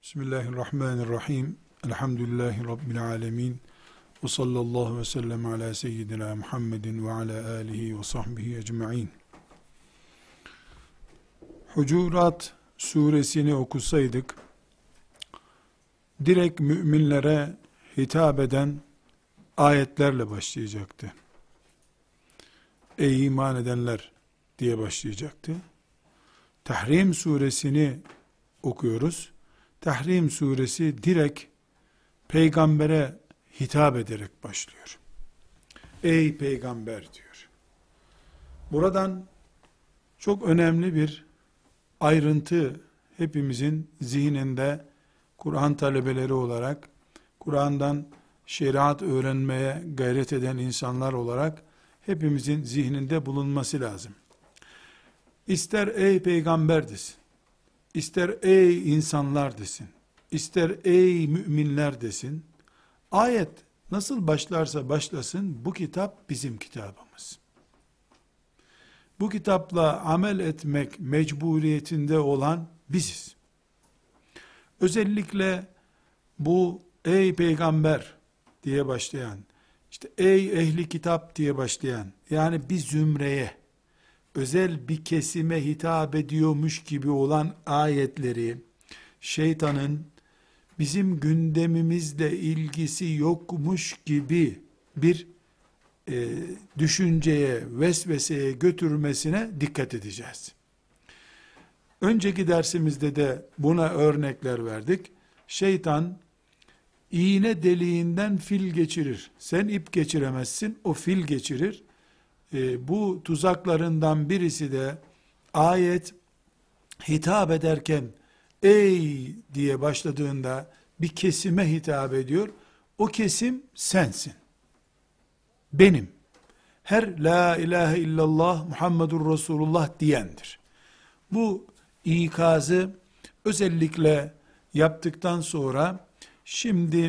Bismillahirrahmanirrahim. Elhamdülillahi Rabbil alemin. Ve sallallahu ve sellem ala seyyidina Muhammedin ve ala alihi ve sahbihi ecma'in. Hucurat suresini okusaydık, direkt müminlere hitap eden ayetlerle başlayacaktı. Ey iman edenler diye başlayacaktı. Tahrim suresini okuyoruz. Tahrim suresi direkt peygambere hitap ederek başlıyor. Ey peygamber diyor. Buradan çok önemli bir ayrıntı hepimizin zihninde, Kur'an talebeleri olarak, Kur'an'dan şeriat öğrenmeye gayret eden insanlar olarak hepimizin zihninde bulunması lazım. İster ey peygamber desin, İster ey insanlar desin, ister ey müminler desin, ayet nasıl başlarsa başlasın, bu kitap bizim kitabımız. Bu kitapla amel etmek mecburiyetinde olan biziz. Özellikle bu ey peygamber diye başlayan, işte ey ehli kitap diye başlayan, yani bir zümreye, özel bir kesime hitap ediyormuş gibi olan ayetleri, şeytanın bizim gündemimizle ilgisi yokmuş gibi bir düşünceye, vesveseye götürmesine dikkat edeceğiz. Önceki dersimizde de buna örnekler verdik. Şeytan, iğne deliğinden fil geçirir. Sen ip geçiremezsin, o fil geçirir. Bu tuzaklarından birisi de ayet hitap ederken ey diye başladığında bir kesime hitap ediyor. O kesim sensin. Benim. Her la ilahe illallah Muhammedur Resulullah diyendir. Bu ikazı özellikle yaptıktan sonra şimdi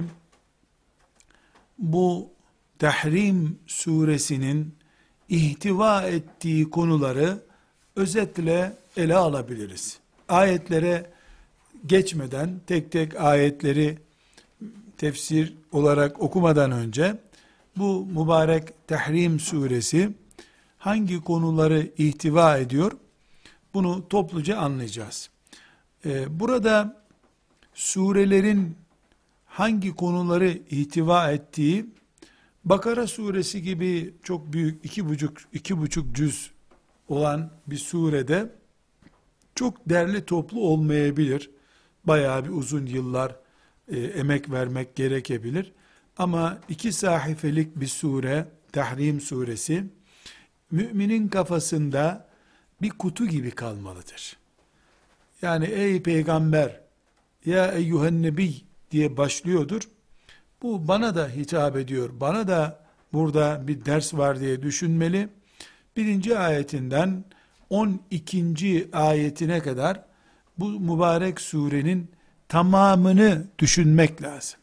bu Tahrim suresinin ihtiva ettiği konuları özetle ele alabiliriz. Ayetlere geçmeden, tek tek ayetleri tefsir olarak okumadan önce, bu mübarek Tahrim suresi hangi konuları ihtiva ediyor, bunu topluca anlayacağız. Burada surelerin hangi konuları ihtiva ettiği, Bakara suresi gibi çok büyük iki buçuk cüz olan bir surede çok derli toplu olmayabilir. Bayağı bir uzun yıllar emek vermek gerekebilir. Ama 2 sahifelik bir sure, Tahrim suresi, müminin kafasında bir kutu gibi kalmalıdır. Yani ey peygamber, ya eyyühen nebi diye başlıyordur. Bu bana da hitap ediyor, bana da burada bir ders var diye düşünmeli. 1. ayetinden 12. ayetine kadar bu mübarek surenin tamamını düşünmek lazım.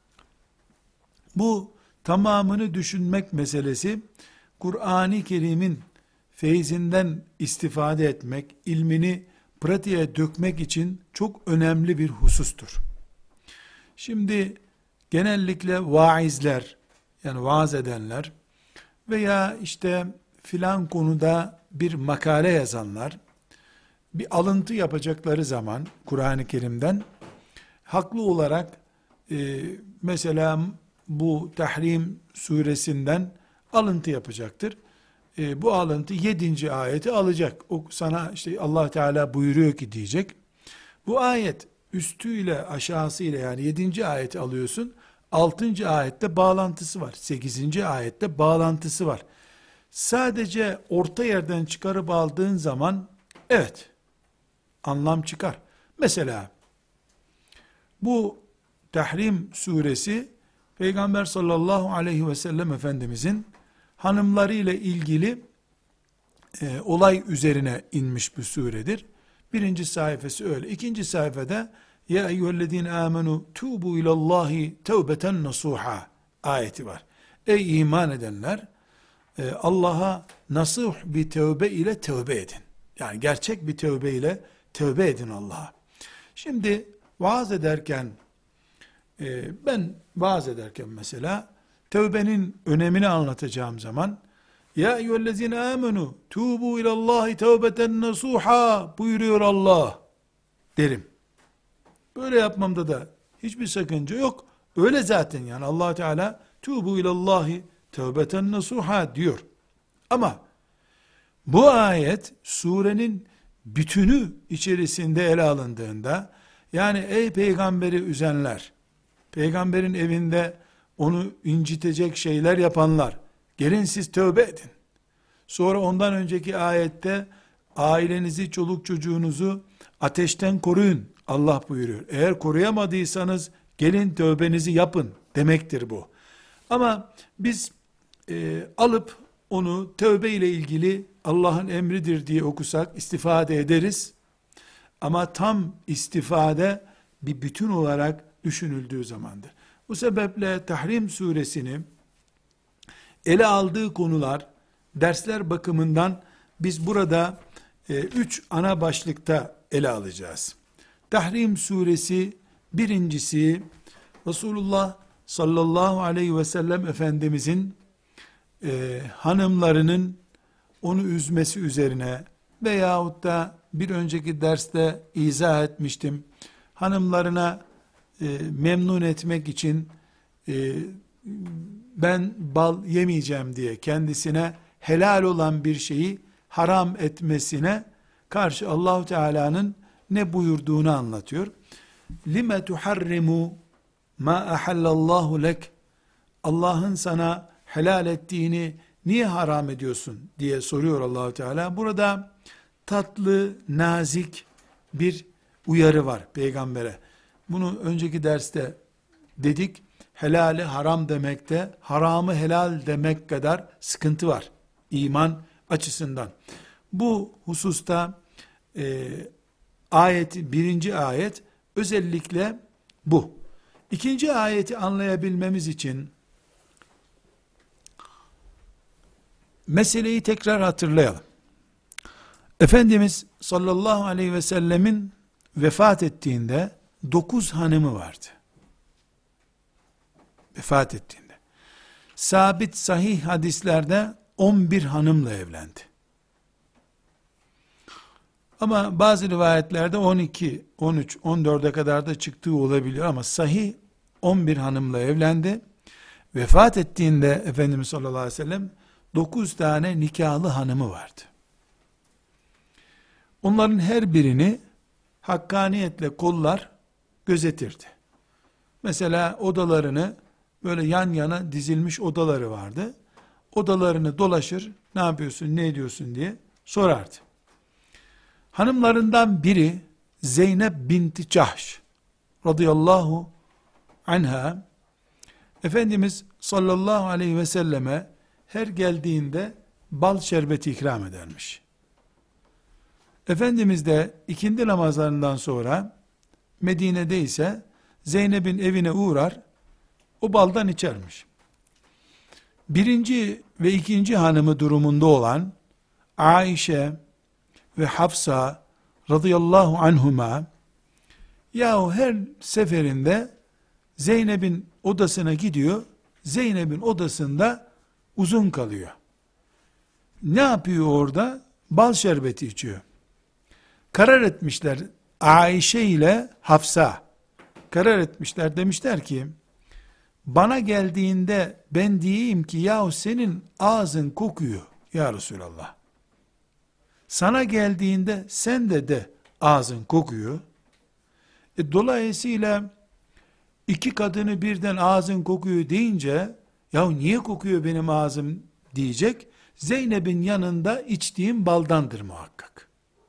Bu tamamını düşünmek meselesi, Kur'an-ı Kerim'in feyzinden istifade etmek, ilmini pratiğe dökmek için çok önemli bir husustur. Şimdi genellikle vaizler, yani vaaz edenler veya işte filan konuda bir makale yazanlar, bir alıntı yapacakları zaman Kur'an-ı Kerim'den, haklı olarak mesela bu Tahrim suresinden alıntı yapacaktır. Bu alıntı 7. ayeti alacak. O sana işte Allah Teala buyuruyor ki diyecek. Bu ayet üstüyle aşağısıyla, yani 7. ayeti alıyorsun. 6. ayette bağlantısı var. 8. ayette bağlantısı var. Sadece orta yerden çıkarıp aldığın zaman evet, anlam çıkar. Mesela bu Tahrim suresi Peygamber sallallahu aleyhi ve sellem Efendimizin hanımlarıyla ilgili olay üzerine inmiş bir suredir. 1. sayfası öyle. 2. sayfada ya eyyühellezine amenu tubu ilallahi tevbeten nasuha ayeti var. Ey iman edenler, Allah'a nasuh bir tövbe ile tövbe edin. Yani gerçek bir tövbe ile tövbe edin Allah'a. Şimdi Vaaz ederken, ben vaaz ederken mesela, tövbenin önemini anlatacağım zaman, ya eyyühellezine amenu, tuğbu ilallahi tevbeten nasuha buyuruyor Allah derim. Böyle yapmamda da hiçbir sakınca yok. Öyle zaten, yani Allah Teala tuğbu ilallahi tevbeten nasuha diyor. Ama bu ayet surenin bütünü içerisinde ele alındığında, yani ey peygamberi üzenler, peygamberin evinde onu incitecek şeyler yapanlar, gelin siz tövbe edin. Sonra ondan önceki ayette ailenizi, çoluk çocuğunuzu ateşten koruyun Allah buyuruyor. Eğer koruyamadıysanız gelin tövbenizi yapın demektir bu. Ama biz alıp onu tövbe ile ilgili Allah'ın emridir diye okusak istifade ederiz. Ama tam istifade bir bütün olarak düşünüldüğü zamandır. Bu sebeple Tahrim suresini ele aldığı konular, dersler bakımından biz burada 3 ana başlıkta ele alacağız. Tahrim suresi birincisi, Resulullah sallallahu aleyhi ve sellem Efendimizin hanımlarının onu üzmesi üzerine veyahut da bir önceki derste izah etmiştim, hanımlarına memnun etmek için ben bal yemeyeceğim diye kendisine helal olan bir şeyi haram etmesine karşı Allahu Teala'nın ne buyurduğunu anlatıyor. Lime tuharrimu ma ahallallahu lek, Allah'ın sana helal ettiğini niye haram ediyorsun diye soruyor Allahu Teala. Burada tatlı, nazik bir uyarı var peygambere. Bunu önceki derste dedik. Helali haram demekte, haramı helal demek kadar sıkıntı var iman açısından. Bu hususta birinci ayet özellikle bu. İkinci ayeti anlayabilmemiz için meseleyi tekrar hatırlayalım. Efendimiz sallallahu aleyhi ve sellemin vefat ettiğinde 9 hanımı vardı. Vefat ettiğinde. Sabit sahih hadislerde 11 hanımla evlendi. Ama bazı rivayetlerde 12, 13, 14'e kadar da çıktığı olabiliyor ama sahih 11 hanımla evlendi. Vefat ettiğinde Efendimiz sallallahu aleyhi ve sellem 9 tane nikahlı hanımı vardı. Onların her birini hakkaniyetle kollar, gözetirdi. Mesela odalarını, böyle yan yana dizilmiş odaları vardı. Odalarını dolaşır, ne yapıyorsun, ne ediyorsun diye sorardı. Hanımlarından biri Zeynep binti Cahş radıyallahu anha, Efendimiz sallallahu aleyhi ve selleme her geldiğinde bal şerbeti ikram edermiş. Efendimiz de ikindi namazlarından sonra Medine'de ise Zeynep'in evine uğrar, o baldan içermiş. Birinci ve ikinci hanımı durumunda olan Aişe ve Hafsa radıyallahu anhuma, yahu her seferinde Zeynep'in odasına gidiyor, Zeynep'in odasında uzun kalıyor. Ne yapıyor orada? Bal şerbeti içiyor. Karar etmişler, Aişe ile Hafsa karar etmişler, demişler ki bana geldiğinde ben diyeyim ki yahu senin ağzın kokuyor ya Resulallah, sana geldiğinde sen de ağzın kokuyor. Dolayısıyla iki kadını birden ağzın kokuyor deyince, yahu niye kokuyor benim ağzım diyecek, Zeynep'in yanında içtiğim baldandır muhakkak.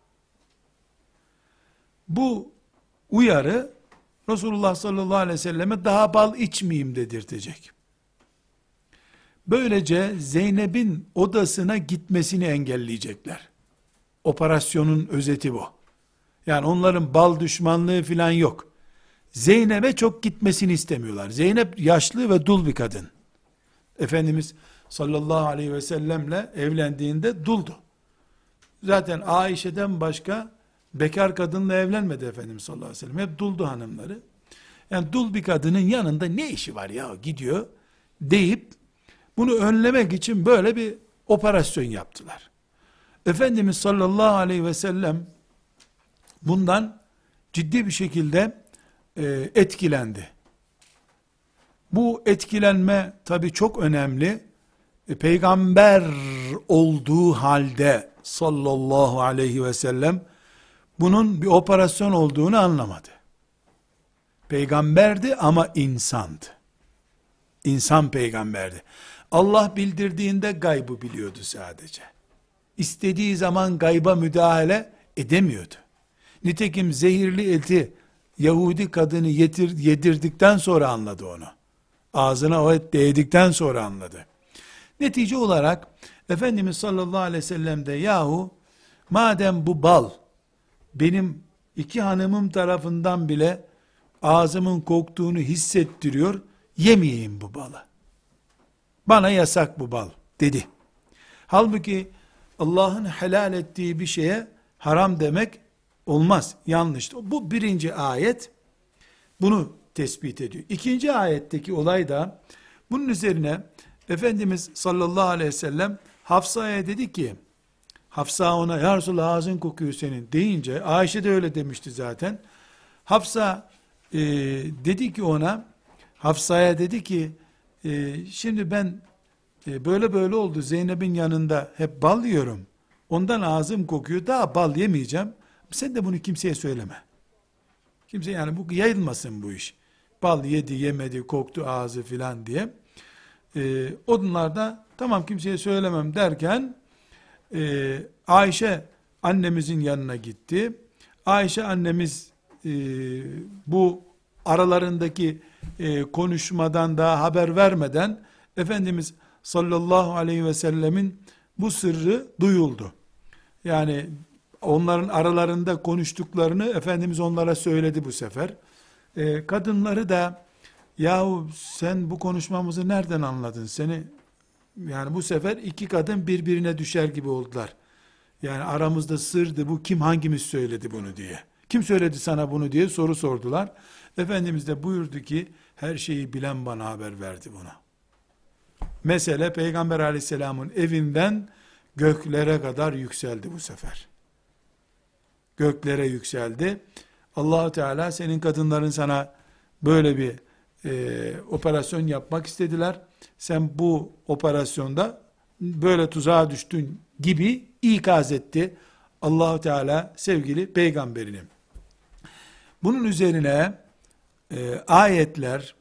Bu uyarı Resulullah sallallahu aleyhi ve selleme daha bal içmeyeyim dedirtecek. Böylece Zeynep'in odasına gitmesini engelleyecekler. Operasyonun özeti bu. Yani onların bal düşmanlığı filan yok. Zeynep'e çok gitmesini istemiyorlar. Zeynep yaşlı ve dul bir kadın. Efendimiz sallallahu aleyhi ve sellemle evlendiğinde duldu. Zaten Aişe'den başka Bekar kadınla evlenmedi Efendimiz sallallahu aleyhi ve sellem. Hep duldu hanımları. Yani dul bir kadının yanında ne işi var ya gidiyor deyip bunu önlemek için böyle bir operasyon yaptılar. Efendimiz sallallahu aleyhi ve sellem bundan ciddi bir şekilde etkilendi. Bu etkilenme tabii çok önemli. Peygamber olduğu halde sallallahu aleyhi ve sellem bunun bir operasyon olduğunu anlamadı. Peygamberdi ama insandı. İnsan peygamberdi. Allah bildirdiğinde gaybı biliyordu sadece. İstediği zaman gayba müdahale edemiyordu. Nitekim zehirli eti Yahudi kadını yedirdikten sonra anladı onu. Ağzına o et değdikten sonra anladı. Netice olarak Efendimiz sallallahu aleyhi ve sellem de yahu madem bu bal benim iki hanımım tarafından bile ağzımın koktuğunu hissettiriyor, yemeyeyim bu balı. Bana yasak bu bal dedi. Halbuki Allah'ın helal ettiği bir şeye haram demek olmaz. Yanlış. Bu birinci ayet bunu tespit ediyor. İkinci ayetteki olay da bunun üzerine Efendimiz sallallahu aleyhi ve sellem Hafsa'ya dedi ki, Hafsa ona ya Resulallah ağzın kokuyor senin deyince, Ayşe de öyle demişti zaten. Hafsa dedi ki ona, Hafsa'ya dedi ki şimdi ben böyle böyle oldu, Zeynep'in yanında hep bal yiyorum, ondan ağzım kokuyor, daha bal yemeyeceğim, sen de bunu kimseye söyleme. Kimse, yani bu yayılmasın bu iş. Bal yedi yemedi koktu ağzı filan diye. Onlar da tamam kimseye söylemem derken Ayşe annemizin yanına gitti. Ayşe annemiz bu aralarındaki konuşmadan daha haber vermeden Efendimiz sallallahu aleyhi ve sellemin bu sırrı duyuldu. Yani onların aralarında konuştuklarını Efendimiz onlara söyledi bu sefer. Kadınları da yahu sen bu konuşmamızı nereden anladın? Yani bu sefer iki kadın birbirine düşer gibi oldular. Yani aramızda sırdı bu, kim hangimiz söyledi bunu diye. Kim söyledi sana bunu diye soru sordular. Efendimiz de buyurdu ki her şeyi bilen bana haber verdi buna. Mesele Peygamber aleyhisselamın evinden göklere kadar yükseldi bu sefer. Göklere yükseldi. Allah-u Teala senin kadınların sana böyle bir operasyon yapmak istediler. Sen bu operasyonda böyle tuzağa düştün gibi ikaz etti Allah-u Teala sevgili peygamberini. Bunun üzerine ayetler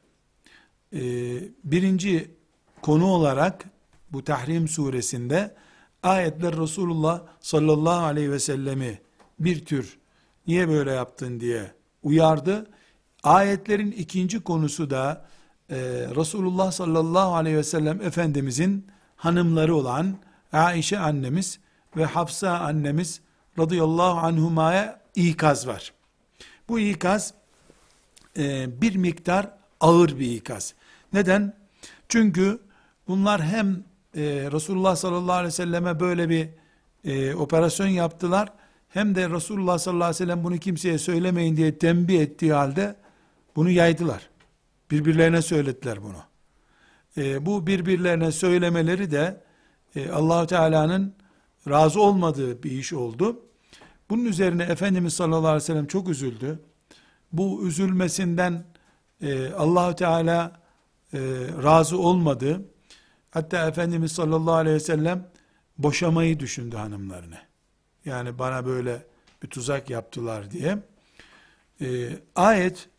birinci konu olarak bu Tahrim suresinde ayetler Resulullah sallallahu aleyhi ve sellemi bir tür niye böyle yaptın diye uyardı. Ayetlerin ikinci konusu da Resulullah sallallahu aleyhi ve sellem Efendimizin hanımları olan Aişe annemiz ve Hafsa annemiz radıyallahu anhumaya ikaz var. Bu ikaz bir miktar ağır bir ikaz. Neden? Çünkü bunlar hem Resulullah sallallahu aleyhi ve selleme böyle bir operasyon yaptılar, hem de Resulullah sallallahu aleyhi ve sellem bunu kimseye söylemeyin diye tembih ettiği halde bunu yaydılar. Birbirlerine söylediler bunu. Bu birbirlerine söylemeleri de Allah-u Teala'nın razı olmadığı bir iş oldu. Bunun üzerine Efendimiz sallallahu aleyhi ve sellem çok üzüldü. Bu üzülmesinden Allah-u Teala razı olmadı. Hatta Efendimiz sallallahu aleyhi ve sellem boşamayı düşündü hanımlarını. Yani bana böyle bir tuzak yaptılar diye. Ayet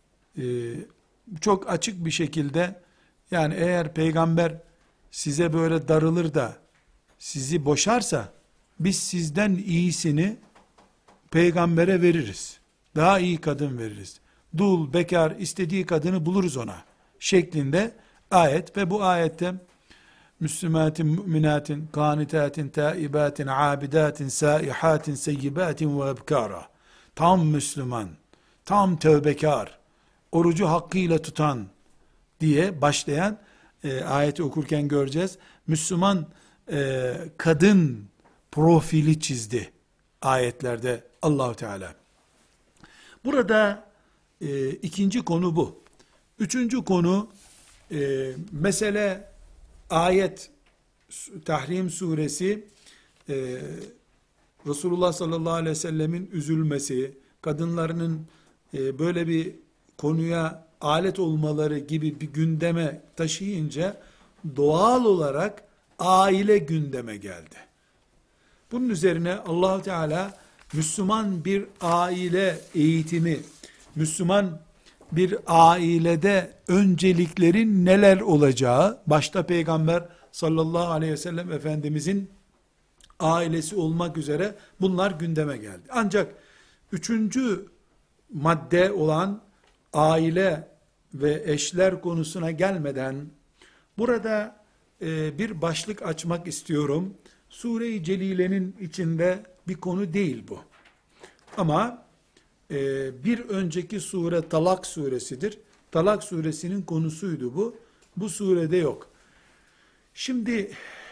çok açık bir şekilde, yani eğer peygamber size böyle darılır da sizi boşarsa biz sizden iyisini peygambere veririz. Daha iyi kadın veririz. Dul, bekar istediği kadını buluruz ona şeklinde ayet ve bu ayette Müslümatin, müminatin, kanitatin, taibatin, abidatin, saihatin, seyyibatin ve ebkara. Tam Müslüman, tam tövbekar, orucu hakkıyla tutan diye başlayan ayeti okurken göreceğiz. Müslüman kadın profili çizdi ayetlerde Allahu Teala. Burada ikinci konu bu. Üçüncü konu mesele ayet Tahrim suresi Resulullah sallallahu aleyhi ve sellemin üzülmesi, kadınlarının böyle bir konuya alet olmaları gibi bir gündeme taşıyınca doğal olarak aile gündeme geldi. Bunun üzerine Allah Teala Müslüman bir aile eğitimi, Müslüman bir ailede önceliklerin neler olacağı, başta Peygamber sallallahu aleyhi ve sellem Efendimizin ailesi olmak üzere bunlar gündeme geldi. Ancak üçüncü madde olan aile ve eşler konusuna gelmeden burada bir başlık açmak istiyorum. Sure-i Celile'nin içinde bir konu değil bu. Ama bir önceki sure Talak suresidir. Talak suresinin konusuydu bu. Bu surede yok. Şimdi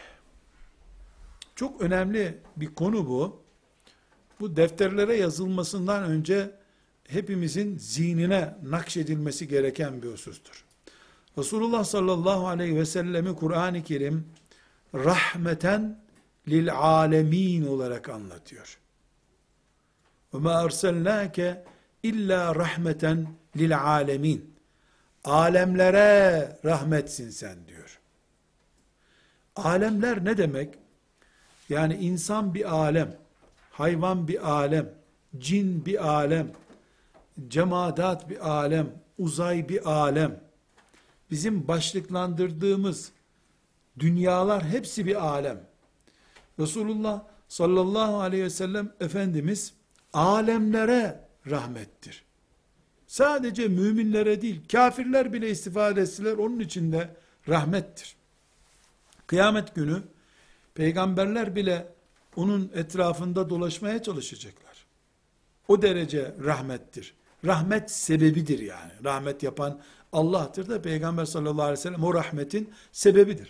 çok önemli bir konu bu. Bu defterlere yazılmasından önce hepimizin zihnine nakşedilmesi gereken bir husustur. Resulullah sallallahu aleyhi ve sellemi Kur'an-ı Kerim rahmeten lil alemin olarak anlatıyor. Ve ma erselnake illa rahmeten lil alemin. Alemlere rahmetsin sen diyor. Alemler ne demek? Yani insan bir alem, hayvan bir alem, cin bir alem, cemaat bir alem, uzay bir alem. Bizim başlıklandırdığımız dünyalar hepsi bir alem. Resulullah sallallahu aleyhi ve sellem Efendimiz alemlere rahmettir. Sadece müminlere değil, kafirler bile istifade etseler onun için de rahmettir. Kıyamet günü peygamberler bile onun etrafında dolaşmaya çalışacaklar. O derece rahmettir. Rahmet sebebidir yani. Rahmet yapan Allah'tır da Peygamber sallallahu aleyhi ve sellem o rahmetin sebebidir.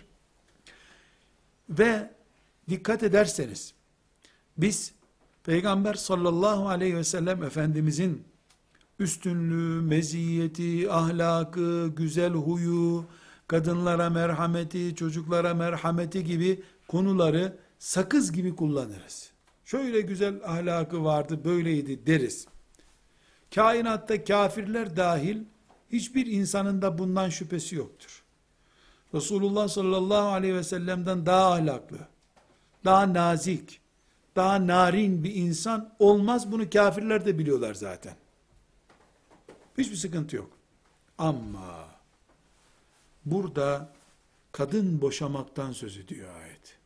Ve dikkat ederseniz biz Peygamber sallallahu aleyhi ve sellem Efendimizin üstünlüğü, meziyeti, ahlakı, güzel huyu, kadınlara merhameti, çocuklara merhameti gibi konuları sakız gibi kullanırız. Şöyle güzel ahlakı vardı, böyleydi deriz. Kainatta kafirler dahil hiçbir insanın da bundan şüphesi yoktur. Resulullah sallallahu aleyhi ve sellem'den daha ahlaklı, daha nazik, daha narin bir insan olmaz. Bunu kafirler de biliyorlar zaten. Hiçbir sıkıntı yok. Ama burada kadın boşamaktan söz ediyor ayet.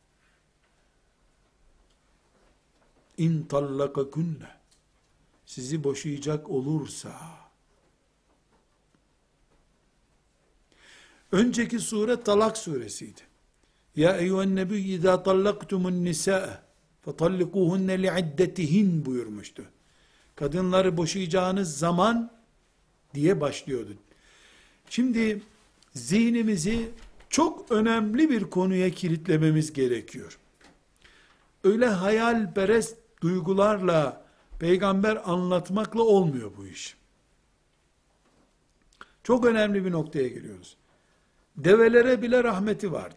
İn tallakakunne, sizi boşayacak olursa, önceki sure Talak suresiydi. Ya eyyühen nebi izâ tallaktumun nisâe fetallikuhunne li'iddetihin buyurmuştu. Kadınları boşayacağınız zaman diye başlıyordu. Şimdi zihnimizi çok önemli bir konuya kilitlememiz gerekiyor. Öyle hayalperest duygularla peygamber anlatmakla olmuyor bu iş. Çok önemli bir noktaya geliyoruz. Develere bile rahmeti vardı.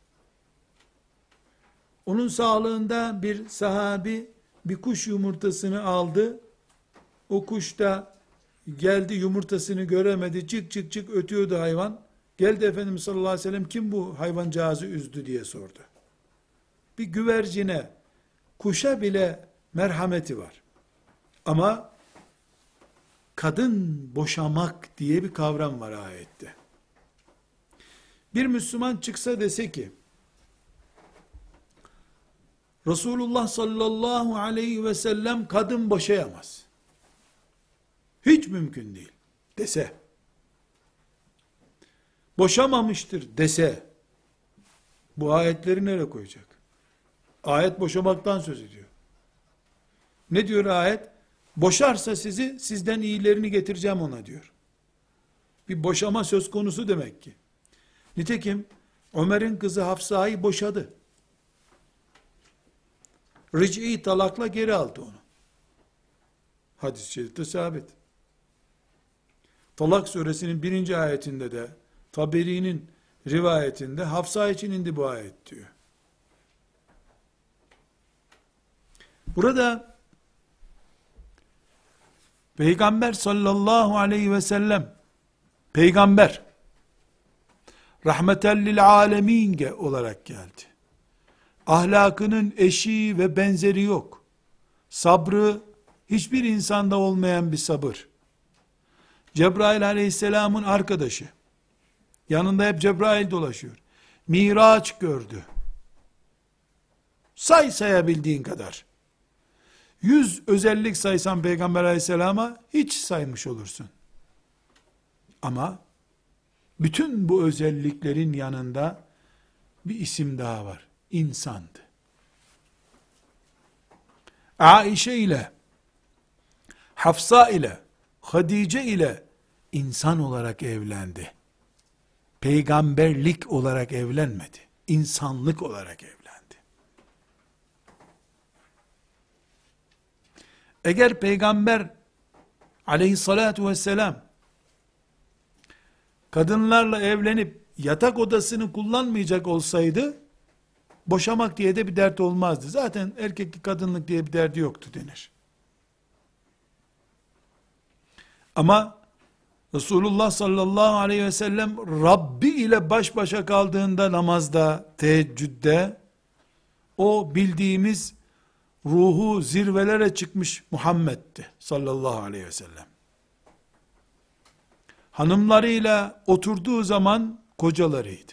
Onun sağlığında bir sahabi bir kuş yumurtasını aldı. O kuş da geldi, yumurtasını göremedi. Çık çık çık ötüyordu hayvan. Geldi Efendimiz sallallahu aleyhi ve sellem, kim bu hayvancağızı üzdü diye sordu. Bir güvercine, kuşa bile merhameti var. Ama kadın boşamak diye bir kavram var ayette. Bir Müslüman çıksa dese ki, Resulullah sallallahu aleyhi ve sellem kadın boşayamaz, hiç mümkün değil dese, boşamamıştır dese, bu ayetleri nereye koyacak? Ayet boşamaktan söz ediyor. Ne diyor ayet? Boşarsa sizi, sizden iyilerini getireceğim ona diyor. Bir boşama söz konusu demek ki. Nitekim Ömer'in kızı Hafsa'yı boşadı. Ric'i talakla geri aldı onu. Hadis-i şerifte sabit. Talak suresinin 1. ayetinde de, Taberi'nin rivayetinde Hafsa için indi bu ayet diyor. Burada Peygamber sallallahu aleyhi ve sellem, peygamber, rahmeten lil alemin olarak geldi. Ahlakının eşiği ve benzeri yok. Sabrı hiçbir insanda olmayan bir sabır. Cebrail aleyhisselamın arkadaşı. Yanında hep Cebrail dolaşıyor. Miraç gördü. Sayabildiğin kadar. 100 özellik saysan Peygamber aleyhisselama hiç saymış olursun. Ama bütün bu özelliklerin yanında bir isim daha var. İnsandı. Aişe ile, Hafsa ile, Hadice ile insan olarak evlendi. Peygamberlik olarak evlenmedi. İnsanlık olarak evlendi. Eğer Peygamber aleyhissalatu vesselam kadınlarla evlenip yatak odasını kullanmayacak olsaydı, boşamak diye de bir dert olmazdı. Zaten erkeklik kadınlık diye bir derdi yoktu denir. Ama Resulullah sallallahu aleyhi ve sellem Rabbi ile baş başa kaldığında namazda, teheccüde, o bildiğimiz ruhu zirvelere çıkmış Muhammed'ti sallallahu aleyhi ve sellem. Hanımlarıyla oturduğu zaman kocalarıydı.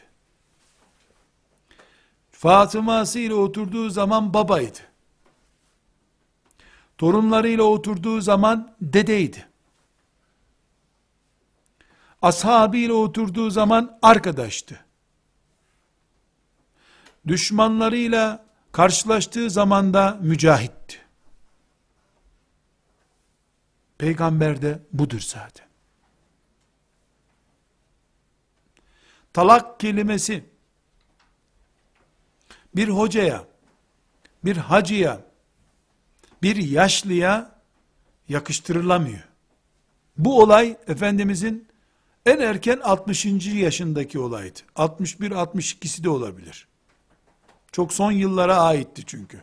Fatıma'sı ile oturduğu zaman babaydı. Torunlarıyla oturduğu zaman dedeydi. Ashabıyla oturduğu zaman arkadaştı. Düşmanlarıyla karşılaştığı zaman da mücahitti. Peygamber de budur zaten. Talak kelimesi bir hocaya, bir hacıya, bir yaşlıya yakıştırılamıyor. Bu olay Efendimizin en erken 60. yaşındaki olaydı. 61-62'si de olabilir. Çok son yıllara aitti çünkü.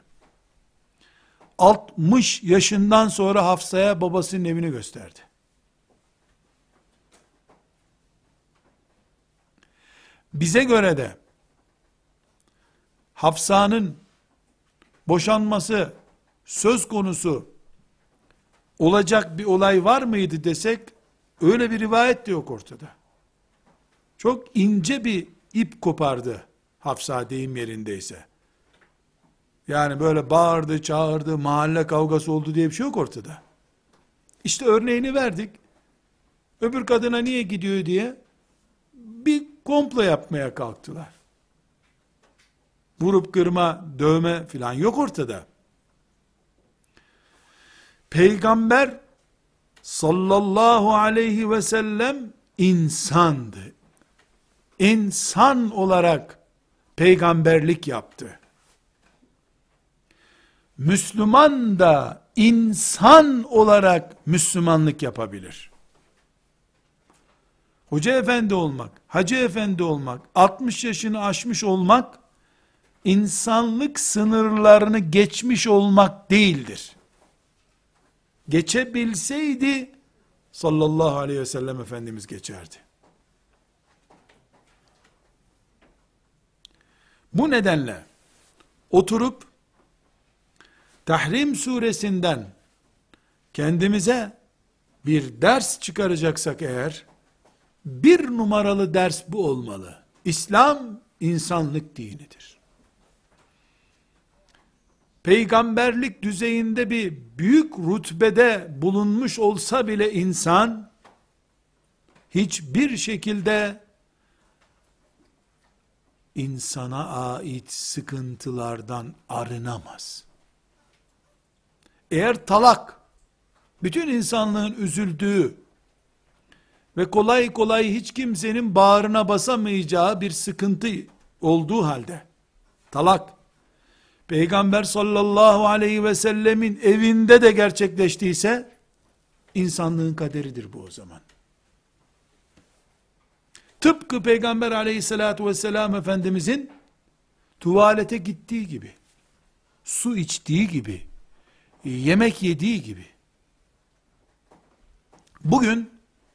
60 yaşından sonra Hafsa'ya babasının evini gösterdi. Bize göre de Hafsa'nın boşanması söz konusu olacak bir olay var mıydı desek, öyle bir rivayet de yok ortada. Çok ince bir ip kopardı Hafsa, deyim yerindeyse. Yani böyle bağırdı, çağırdı, mahalle kavgası oldu diye bir şey yok ortada. İşte örneğini verdik. Öbür kadına niye gidiyor diye bir komplo yapmaya kalktılar. Vurup kırma, dövme filan yok ortada. Peygamber sallallahu aleyhi ve sellem insandı. İnsan olarak peygamberlik yaptı. Müslüman da insan olarak Müslümanlık yapabilir. Hoca efendi olmak, hacı efendi olmak, 60 yaşını aşmış olmak, insanlık sınırlarını geçmiş olmak değildir. Geçebilseydi, sallallahu aleyhi ve sellem Efendimiz geçerdi. Bu nedenle, oturup, Tahrim suresinden, kendimize bir ders çıkaracaksak eğer, bir numaralı ders bu olmalı. İslam, insanlık dinidir. Peygamberlik düzeyinde bir büyük rütbede bulunmuş olsa bile insan, hiçbir şekilde insana ait sıkıntılardan arınamaz. Eğer talak, bütün insanlığın üzüldüğü ve kolay kolay hiç kimsenin bağrına basamayacağı bir sıkıntı olduğu halde, talak, Peygamber sallallahu aleyhi ve sellemin evinde de gerçekleştiyse, insanlığın kaderidir bu o zaman. Tıpkı Peygamber aleyhissalatu vesselam Efendimizin tuvalete gittiği gibi, su içtiği gibi, yemek yediği gibi. Bugün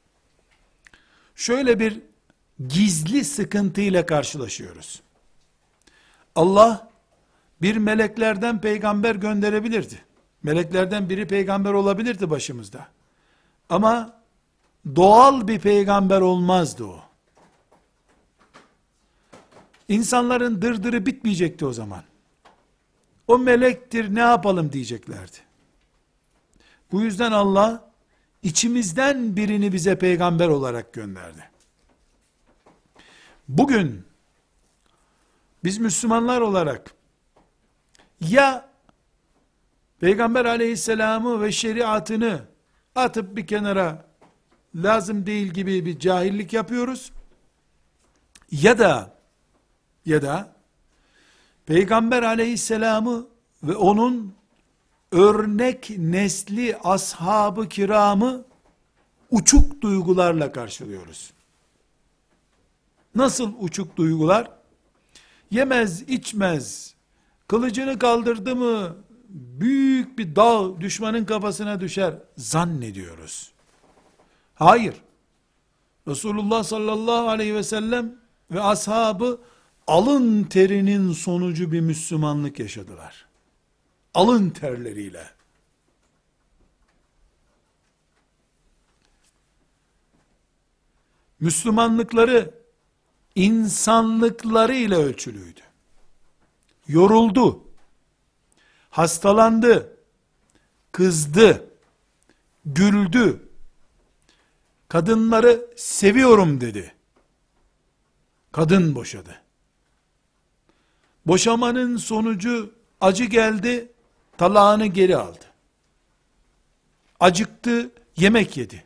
şöyle bir gizli sıkıntıyla karşılaşıyoruz. Allah bir meleklerden peygamber gönderebilirdi. Meleklerden biri peygamber olabilirdi başımızda. Ama doğal bir peygamber olmazdı o. İnsanların dırdırı bitmeyecekti o zaman. O melektir, ne yapalım diyeceklerdi. Bu yüzden Allah içimizden birini bize peygamber olarak gönderdi. Bugün biz Müslümanlar olarak ya Peygamber aleyhisselamı ve şeriatını atıp bir kenara, lazım değil gibi bir cahillik yapıyoruz, ya da Peygamber aleyhisselamı ve onun örnek nesli ashab-ı kiramı uçuk duygularla karşılıyoruz. Nasıl uçuk duygular? Yemez, içmez, kılıcını kaldırdı mı büyük bir dağ düşmanın kafasına düşer zannediyoruz. Hayır. Resulullah sallallahu aleyhi ve sellem ve ashabı alın terinin sonucu bir Müslümanlık yaşadılar. Alın terleriyle. Müslümanlıkları insanlıklarıyla ölçülüydü. Yoruldu, hastalandı, kızdı, güldü, kadınları seviyorum dedi. Kadın boşadı. Boşamanın sonucu acı geldi, talağını geri aldı. Acıktı, yemek yedi.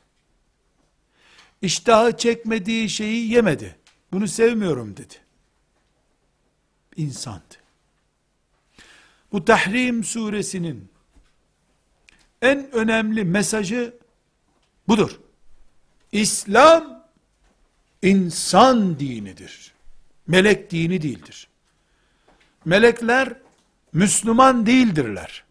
İştahı çekmediği şeyi yemedi. Bunu sevmiyorum dedi. İnsandı. Bu Tahrim suresinin en önemli mesajı budur. İslam insan dinidir. Melek dini değildir. Melekler Müslüman değildirler.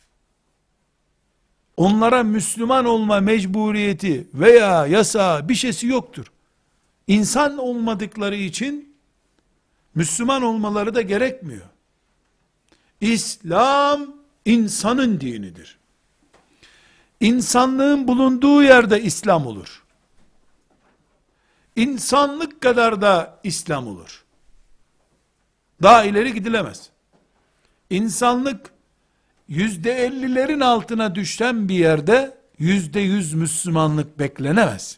Onlara Müslüman olma mecburiyeti veya yasağı bir şeysi yoktur. İnsan olmadıkları için Müslüman olmaları da gerekmiyor. İslam insanın dinidir. İnsanlığın bulunduğu yerde İslam olur. İnsanlık kadar da İslam olur. Daha ileri gidilemez. İnsanlık %50'lerin altına düşen bir yerde %100 Müslümanlık beklenemez.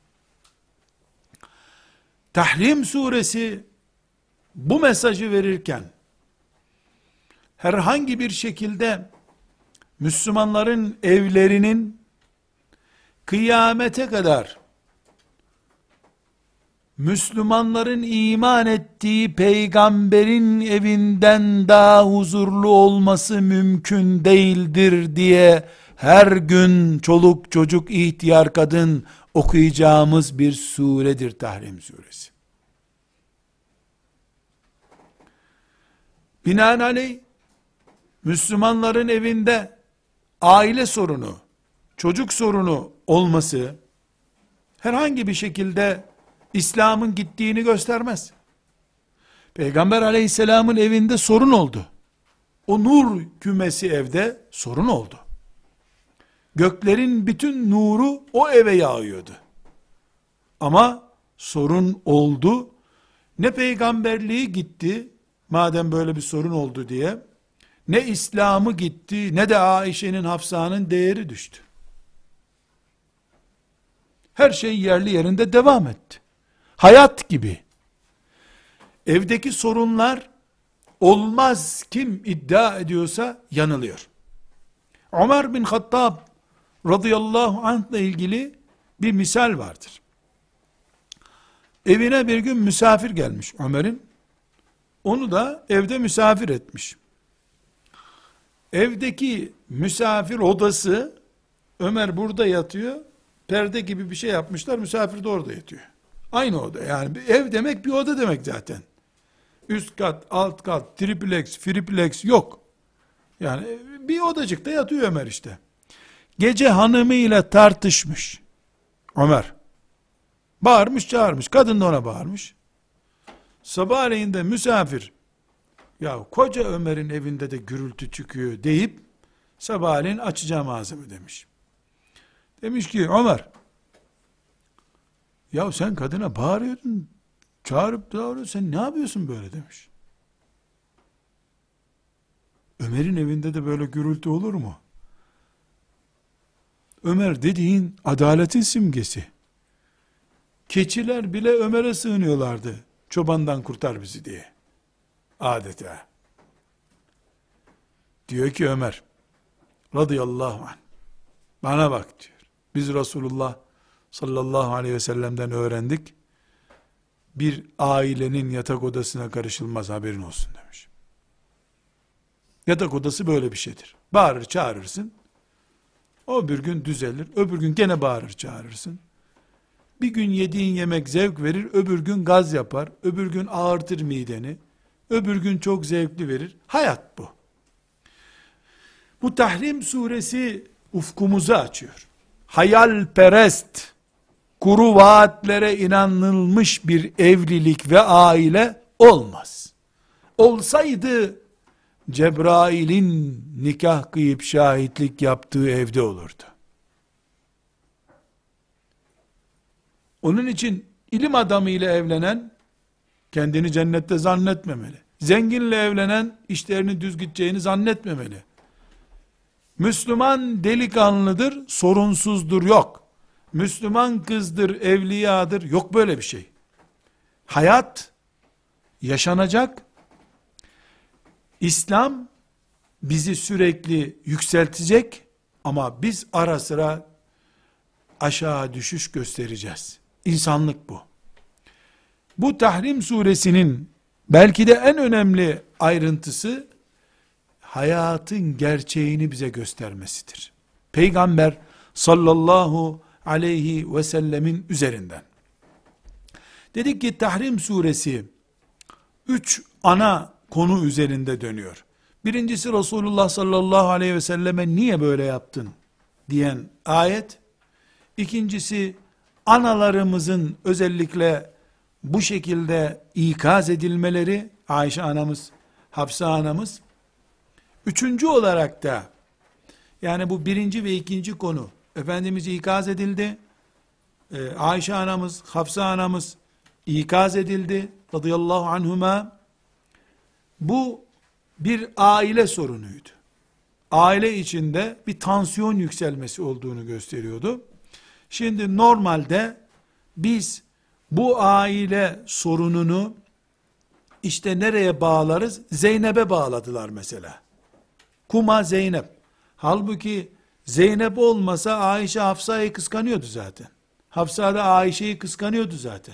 Tahrim suresi bu mesajı verirken herhangi bir şekilde Müslümanların evlerinin kıyamete kadar Müslümanların iman ettiği peygamberin evinden daha huzurlu olması mümkün değildir diye her gün çoluk çocuk ihtiyar kadın okuyacağımız bir suredir Tahrim suresi. Binaenaleyh Müslümanların evinde aile sorunu, çocuk sorunu olması herhangi bir şekilde İslam'ın gittiğini göstermez. Peygamber aleyhisselamın evinde sorun oldu. O nur kümesi evde sorun oldu. Göklerin bütün nuru o eve yağıyordu. Ama sorun oldu. Ne peygamberliği gitti, madem böyle bir sorun oldu diye, ne İslam'ı gitti, ne de Ayşe'nin, Hafsa'nın değeri düştü. Her şey yerli yerinde devam etti. Hayat gibi. Evdeki sorunlar olmaz kim iddia ediyorsa yanılıyor. Ömer bin Hattab radıyallahu anh ile ilgili bir misal vardır. Evine bir gün misafir gelmiş Ömer'in. Onu da evde misafir etmiş. Evdeki misafir odası, Ömer burada yatıyor, perde gibi bir şey yapmışlar, misafir de orada yatıyor. Aynı oda, yani bir ev demek bir oda demek zaten. Üst kat, alt kat, triplex, friplex yok. Yani bir odacıkta yatıyor Ömer işte. Gece hanımıyla tartışmış Ömer. Bağırmış çağırmış, kadın da ona bağırmış. Sabahleyin de misafir, ya koca Ömer'in evinde de gürültü çıkıyor deyip, sabahleyin açacağım ağzımı demiş. Demiş ki Ömer, ya sen kadına bağırıyordun, çağırıp bağırıyordun, sen ne yapıyorsun böyle demiş. Ömer'in evinde de böyle gürültü olur mu? Ömer dediğin adaletin simgesi. Keçiler bile Ömer'e sığınıyorlardı. Çobandan kurtar bizi diye. Adeta. Diyor ki Ömer radıyallahu anh, bana bak diyor. Biz Resulullah sallallahu aleyhi ve sellem'den öğrendik. Bir ailenin yatak odasına karışılmaz, haberin olsun demiş. Yatak odası böyle bir şeydir. Bağırır çağırırsın. O bir gün düzelir. Öbür gün gene bağırır çağırırsın. Bir gün yediğin yemek zevk verir. Öbür gün gaz yapar. Öbür gün ağırtır mideni. Öbür gün çok zevkli verir. Hayat bu. Bu Tahrim suresi ufkumuzu açıyor. Hayalperest, kuru vaatlere inanılmış bir evlilik ve aile olmaz. Olsaydı Cebrail'in nikah kıyıp şahitlik yaptığı evde olurdu. Onun için ilim adamıyla evlenen kendini cennette zannetmemeli. Zenginle evlenen işlerini düz gideceğini zannetmemeli. Müslüman delikanlıdır, sorunsuzdur, yok. Müslüman kızdır, evliyadır, yok böyle bir şey. Hayat yaşanacak. İslam bizi sürekli yükseltecek ama biz ara sıra aşağı düşüş göstereceğiz. İnsanlık bu. Bu Tahrim suresinin belki de en önemli ayrıntısı hayatın gerçeğini bize göstermesidir. Peygamber sallallahu aleyhi ve sellemin üzerinden. Dedik ki Tahrim suresi 3 ana konu üzerinde dönüyor. Birincisi Resulullah sallallahu aleyhi ve selleme niye böyle yaptın diyen ayet. İkincisi analarımızın özellikle bu şekilde ikaz edilmeleri, Ayşe anamız, Hafsa anamız. Üçüncü olarak da, yani bu birinci ve ikinci konu, Efendimiz ikaz edildi, Ayşe anamız, Hafsa anamız ikaz edildi, radıyallahu anhuma. Bu bir aile sorunuydu. Aile içinde bir tansiyon yükselmesi olduğunu gösteriyordu. Şimdi normalde biz bu aile sorununu işte nereye bağlarız? Zeynep'e bağladılar mesela. Kuma Zeynep. Halbuki Zeynep olmasa Ayşe Hafsa'yı kıskanıyordu zaten. Hafsa da Ayşe'yi kıskanıyordu zaten.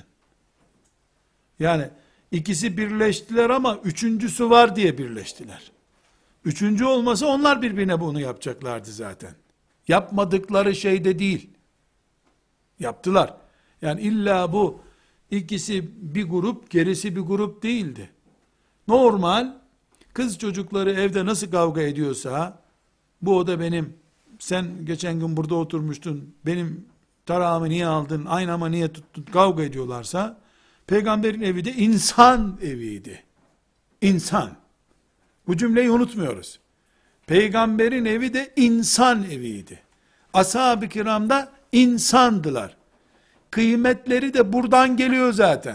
Yani ikisi birleştiler ama üçüncüsü var diye birleştiler. Üçüncü olmasa onlar birbirine bunu yapacaklardı zaten. Yapmadıkları şey de değil. Yaptılar. Yani illa bu ikisi bir grup, gerisi bir grup değildi. Normal kız çocukları evde nasıl kavga ediyorsa, bu oda benim, sen geçen gün burada oturmuştun, benim tarağımı niye aldın, aynama niye tuttun, kavga ediyorlarsa, peygamberin evi de insan eviydi. İnsan. Bu cümleyi unutmuyoruz. Peygamberin evi de insan eviydi. Ashab-ı kiram da insandılar. Kıymetleri de buradan geliyor zaten.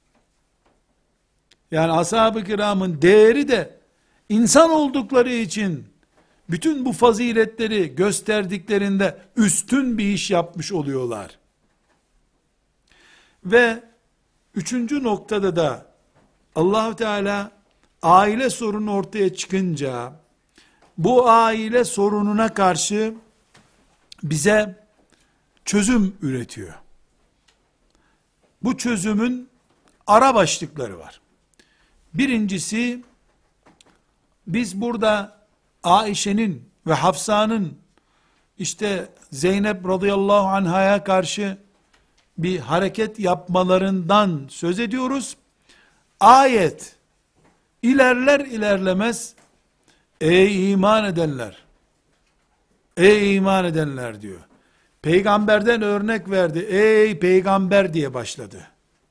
Yani ashab-ı kiramın değeri de insan oldukları için bütün bu faziletleri gösterdiklerinde üstün bir iş yapmış oluyorlar. Ve üçüncü noktada da Allah-u Teala aile sorunu ortaya çıkınca bu aile sorununa karşı bize çözüm üretiyor. Bu çözümün ara başlıkları var. Birincisi, biz burada Aişe'nin ve Hafsa'nın işte Zeynep radıyallahu anhaya karşı bir hareket yapmalarından söz ediyoruz. Ayet ilerler ilerlemez ey iman edenler, ey iman edenler diyor. Peygamberden örnek verdi. Ey peygamber diye başladı.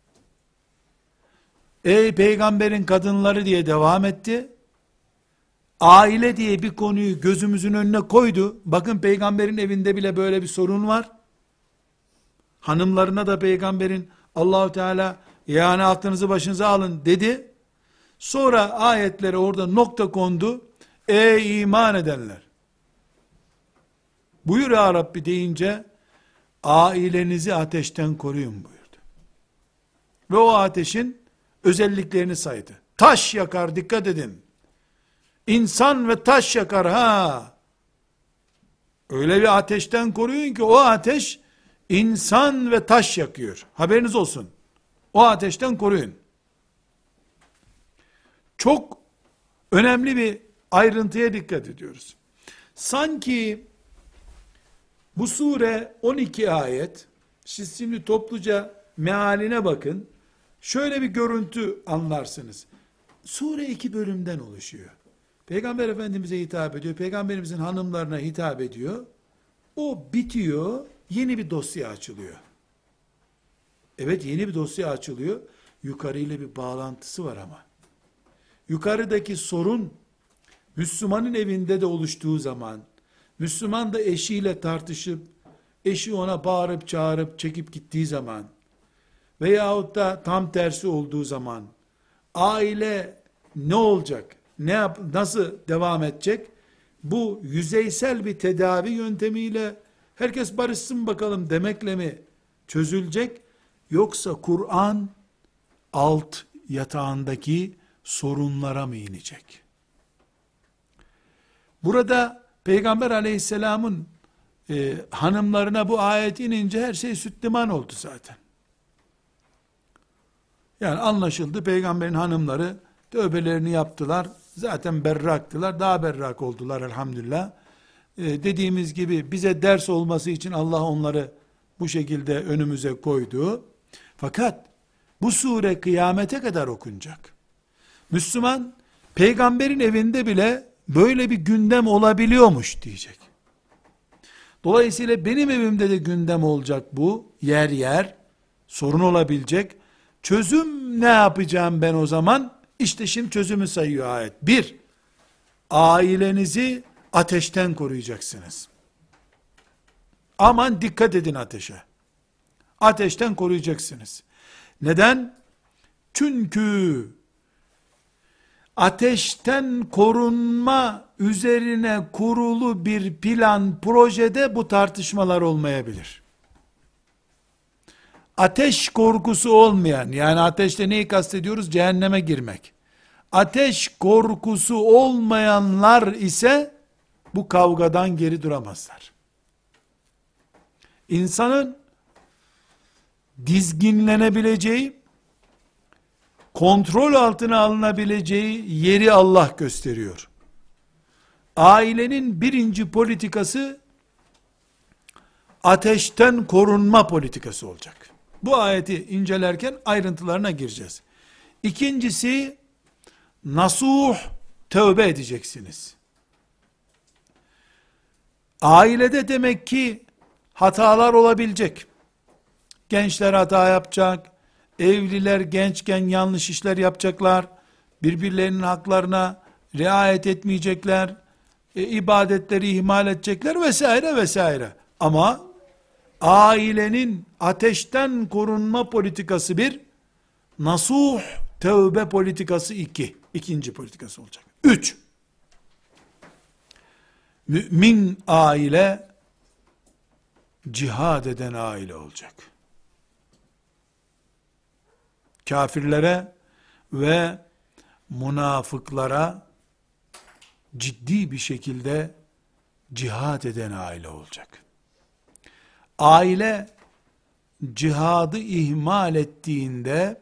Ey peygamberin kadınları diye devam etti. Aile diye bir konuyu gözümüzün önüne koydu. Bakın peygamberin evinde bile böyle bir sorun var. Hanımlarına da peygamberin Allahu Teala yani aklınızı başınıza alın dedi. Sonra ayetlere orada nokta kondu. Ey iman edenler. Buyur ya Rabbi deyince ailenizi ateşten koruyun buyurdu. Ve o ateşin özelliklerini saydı. Taş yakar, dikkat edin. İnsan ve taş yakar ha. Öyle bir ateşten koruyun ki o ateş insan ve taş yakıyor. Haberiniz olsun. O ateşten koruyun. Çok önemli bir ayrıntıya dikkat ediyoruz. Sanki bu sure 12 ayet, siz şimdi topluca mealine bakın, şöyle bir görüntü anlarsınız. Sure 2 bölümden oluşuyor. Peygamber Efendimiz'e hitap ediyor, Peygamberimizin hanımlarına hitap ediyor. O bitiyor, yeni bir dosya açılıyor. Evet, yeni bir dosya açılıyor. Yukarıyla bir bağlantısı var ama. Yukarıdaki sorun, Müslümanın evinde de oluştuğu zaman, Müslüman da eşiyle tartışıp, eşi ona bağırıp çağırıp çekip gittiği zaman, veyahut da tam tersi olduğu zaman, aile ne olacak, nasıl devam edecek? Bu yüzeysel bir tedavi yöntemiyle, herkes barışsın bakalım demekle mi çözülecek? Yoksa Kur'an, alt yatağındaki sorunlara mı inecek? Burada Peygamber aleyhisselamın hanımlarına bu ayet inince her şey süt liman oldu zaten. Yani anlaşıldı, Peygamberin hanımları tövbelerini yaptılar, zaten berraktılar, daha berrak oldular elhamdülillah. Dediğimiz gibi bize ders olması için Allah onları bu şekilde önümüze koydu. Fakat bu sure kıyamete kadar okunacak. Müslüman, peygamberin evinde bile böyle bir gündem olabiliyormuş diyecek. Dolayısıyla benim evimde de gündem olacak bu, yer yer, sorun olabilecek. Çözüm ne yapacağım ben o zaman? İşte şimdi çözümü sayıyor ayet. 1. Ailenizi ateşten koruyacaksınız. Aman dikkat edin ateşe. Ateşten koruyacaksınız. Neden? Çünkü ateşten korunma üzerine kurulu bir plan, projede bu tartışmalar olmayabilir. Ateş korkusu olmayan, yani ateşte neyi kastediyoruz? Cehenneme girmek. Ateş korkusu olmayanlar ise bu kavgadan geri duramazlar. İnsanın dizginlenebileceği, kontrol altına alınabileceği yeri Allah gösteriyor. Ailenin birinci politikası ateşten korunma politikası olacak. Bu ayeti incelerken ayrıntılarına gireceğiz. İkincisi, nasuh, tövbe edeceksiniz. Ailede demek ki hatalar olabilecek. Gençler hata yapacak. Evliler gençken yanlış işler yapacaklar. Birbirlerinin haklarına riayet etmeyecekler. İbadetleri ihmal edecekler vesaire vesaire. Ama ailenin ateşten korunma politikası 1, nasuh tövbe politikası 2. İkinci politikası olacak. 3. Mümin aile cihad eden aile olacak. Kafirlere ve münafıklara ciddi bir şekilde cihad eden aile olacak. Aile cihadı ihmal ettiğinde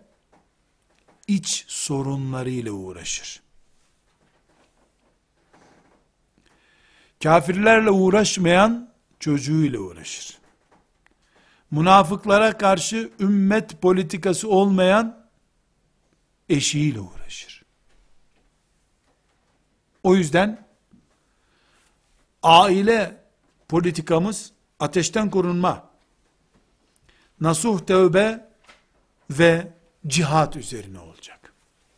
iç sorunlarıyla uğraşır. Kafirlerle uğraşmayan çocuğuyla uğraşır. Münafıklara karşı ümmet politikası olmayan eşiyle uğraşır. O yüzden aile politikamız ateşten korunma, nasuh tövbe ve cihat üzerine olacak.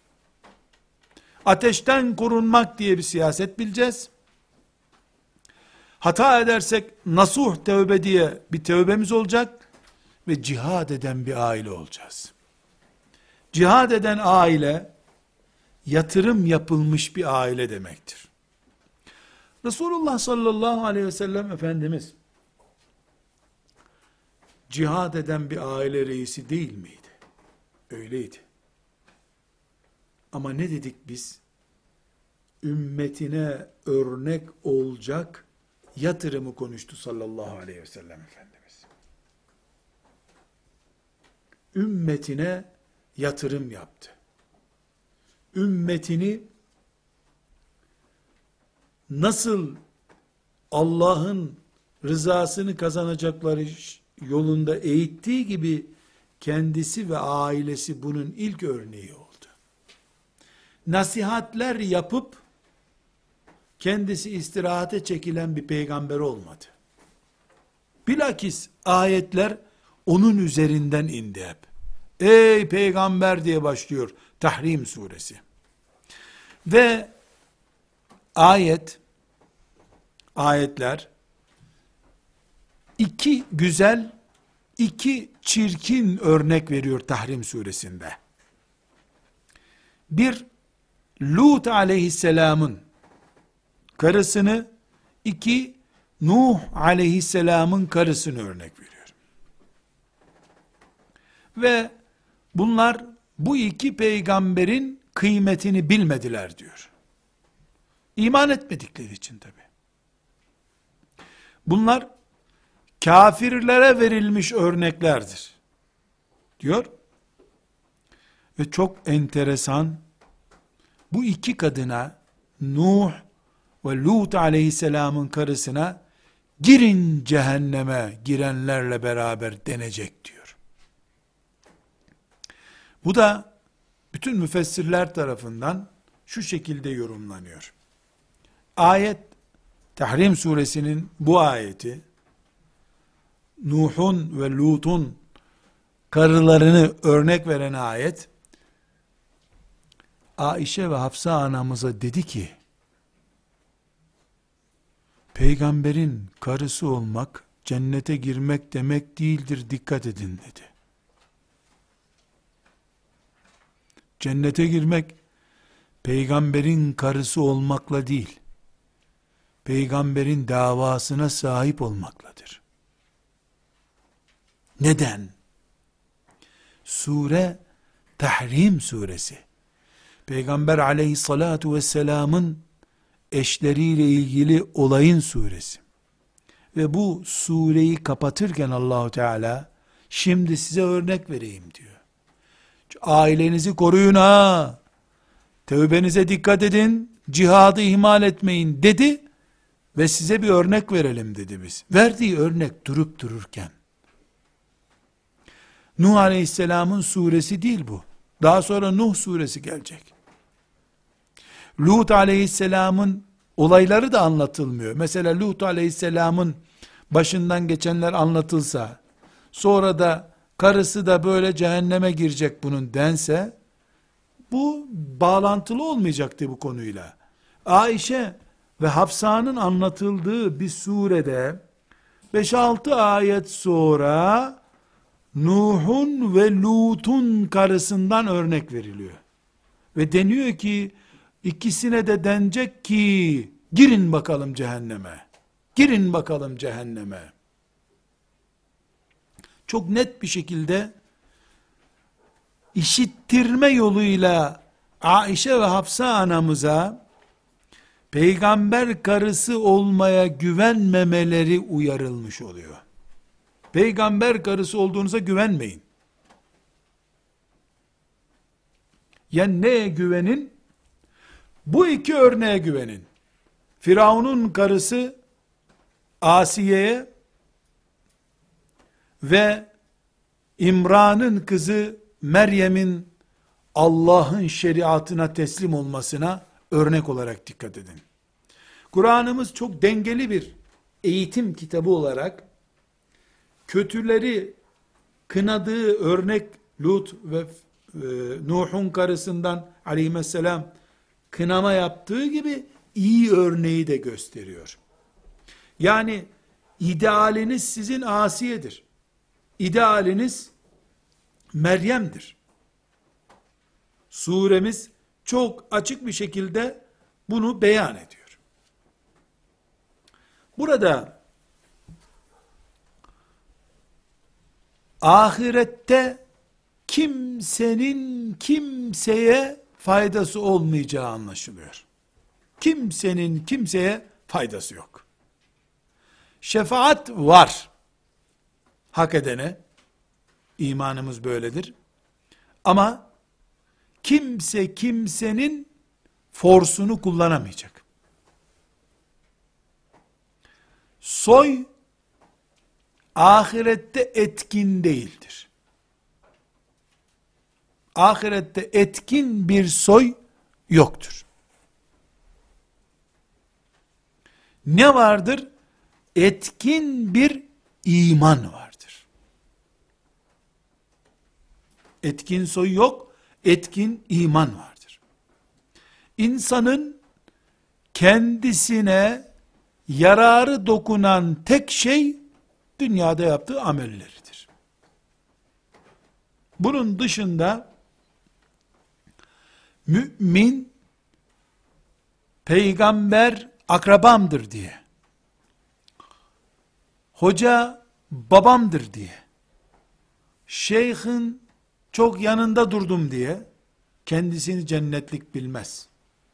Ateşten korunmak diye bir siyaset bileceğiz. Hata edersek nasuh tövbe diye bir tövbemiz olacak ve cihad eden bir aile olacağız. Cihad eden aile, yatırım yapılmış bir aile demektir. Resulullah sallallahu aleyhi ve sellem Efendimiz, cihad eden bir aile reisi değil miydi? Öyleydi. Ama ne dedik biz? Ümmetine örnek olacak yatırımı konuştu sallallahu aleyhi ve sellem Efendimiz. Ümmetine yatırım yaptı. Ümmetini nasıl Allah'ın rızasını kazanacakları yolunda eğittiği gibi kendisi ve ailesi bunun ilk örneği oldu. Nasihatler yapıp kendisi istirahate çekilen bir peygamber olmadı. Bilakis ayetler onun üzerinden indi hep. Ey peygamber diye başlıyor Tahrim suresi. Ve ayetler iki güzel, iki çirkin örnek veriyor Tahrim suresinde. Bir, Lut aleyhisselamın karısını, iki, Nuh aleyhisselamın karısını örnek veriyor. Ve bunlar bu iki peygamberin kıymetini bilmediler diyor. İman etmedikleri için tabi. Bunlar kafirlere verilmiş örneklerdir diyor. Ve çok enteresan, bu iki kadına, Nuh ve Lut aleyhisselamın karısına, girin cehenneme girenlerle beraber denecek diyor. Bu da bütün müfessirler tarafından şu şekilde yorumlanıyor. Ayet, Tahrim suresinin bu ayeti, Nuh'un ve Lut'un karılarını örnek veren ayet, Aişe ve Hafsa anamıza dedi ki, peygamberin karısı olmak, cennete girmek demek değildir, dikkat edin dedi. Cennete girmek, peygamberin karısı olmakla değil, peygamberin davasına sahip olmakladır. Neden? Sure, Tahrim suresi. Peygamber aleyhissalatu vesselamın eşleriyle ilgili olayın suresi. Ve bu sureyi kapatırken Allahu Teala, şimdi size örnek vereyim diyor. Ailenizi koruyun ha, tövbenize dikkat edin, cihadı ihmal etmeyin dedi ve size bir örnek verelim dedi biz. Verdiği örnek durup dururken. Nuh Aleyhisselam'ın suresi değil bu. Daha sonra Nuh suresi gelecek. Lut Aleyhisselam'ın olayları da anlatılmıyor. Mesela Lut Aleyhisselam'ın başından geçenler anlatılsa, sonra da karısı da böyle cehenneme girecek bunun dense, bu bağlantılı olmayacaktı bu konuyla. Ayşe ve Hafsa'nın anlatıldığı bir surede 5-6 ayet sonra Nuh'un ve Lut'un karısından örnek veriliyor. Ve deniyor ki ikisine de denecek ki girin bakalım cehenneme. Girin bakalım cehenneme. Çok net bir şekilde işittirme yoluyla Aişe ve Hafsa anamıza peygamber karısı olmaya güvenmemeleri uyarılmış oluyor. Peygamber karısı olduğunuza güvenmeyin. Ya neye güvenin? Bu iki örneğe güvenin. Firavun'un karısı Asiye'ye ve İmran'ın kızı Meryem'in Allah'ın şeriatına teslim olmasına örnek olarak dikkat edin. Kur'an'ımız çok dengeli bir eğitim kitabı olarak kötüleri kınadığı örnek Lut ve Nuh'un karısından aleyhisselam kınama yaptığı gibi iyi örneği de gösteriyor. Yani idealiniz sizin Asiye'dir. İdealiniz Meryem'dir. Suremiz çok açık bir şekilde bunu beyan ediyor. Burada ahirette kimsenin kimseye faydası olmayacağı anlaşılıyor. Kimsenin kimseye faydası yok. Şefaat var. Hak edene, imanımız böyledir. Ama kimse kimsenin forsunu kullanamayacak. Soy ahirette etkin değildir. Ahirette etkin bir soy yoktur. Ne vardır? Etkin bir iman vardır. Etkin soy yok, etkin iman vardır. İnsanın kendisine yararı dokunan tek şey dünyada yaptığı amelleridir. Bunun dışında mümin peygamber akrabamdır diye, hoca babamdır diye, şeyhin çok yanında durdum diye kendisini cennetlik bilmez.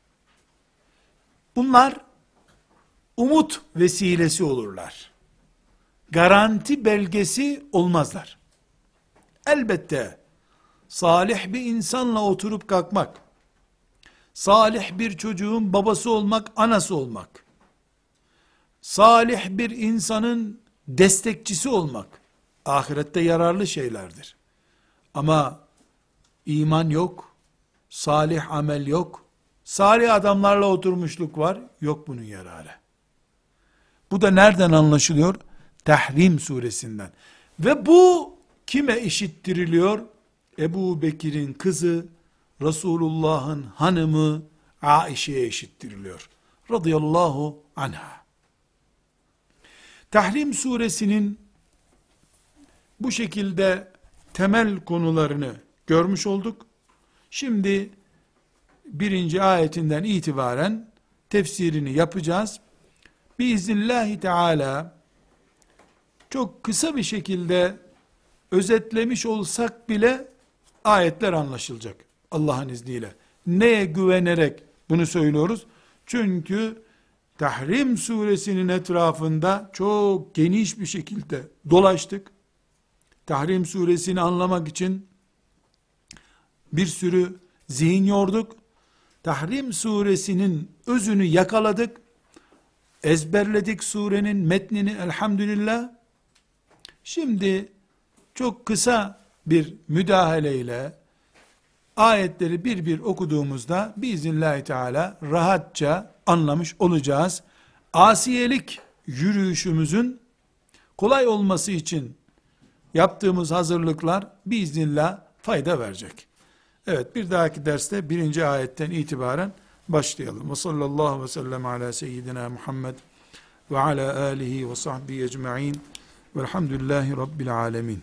Bunlar umut vesilesi olurlar. Garanti belgesi olmazlar. Elbette salih bir insanla oturup kalkmak, salih bir çocuğun babası olmak, anası olmak, salih bir insanın destekçisi olmak, ahirette yararlı şeylerdir. Ama iman yok, salih amel yok, salih adamlarla oturmuşluk var, yok bunun yararı. Bu da nereden anlaşılıyor? Tahrim suresinden. Ve bu kime işittiriliyor? Ebu Bekir'in kızı, Resulullah'ın hanımı Aişe'ye işittiriliyor. Radıyallahu anha. Tahrim suresinin bu şekilde temel konularını görmüş olduk. Şimdi 1. ayetinden itibaren tefsirini yapacağız. Biiznillahü Teala çok kısa bir şekilde özetlemiş olsak bile ayetler anlaşılacak Allah'ın izniyle. Neye güvenerek bunu söylüyoruz? Çünkü Tahrim suresinin etrafında çok geniş bir şekilde dolaştık. Tahrim suresini anlamak için bir sürü zihin yorduk. Tahrim suresinin özünü yakaladık. Ezberledik surenin metnini elhamdülillah. Şimdi çok kısa bir müdahaleyle ayetleri bir bir okuduğumuzda biiznillahü teala rahatça anlamış olacağız. Asiyelik yürüyüşümüzün kolay olması için yaptığımız hazırlıklar biiznillah fayda verecek. Evet, bir dahaki derste 1. ayetten itibaren başlayalım. Ve sallallahu ve sellem ala seyyidina Muhammed ve ala alihi ve sahbihi ecma'in velhamdülillahi rabbil alemin.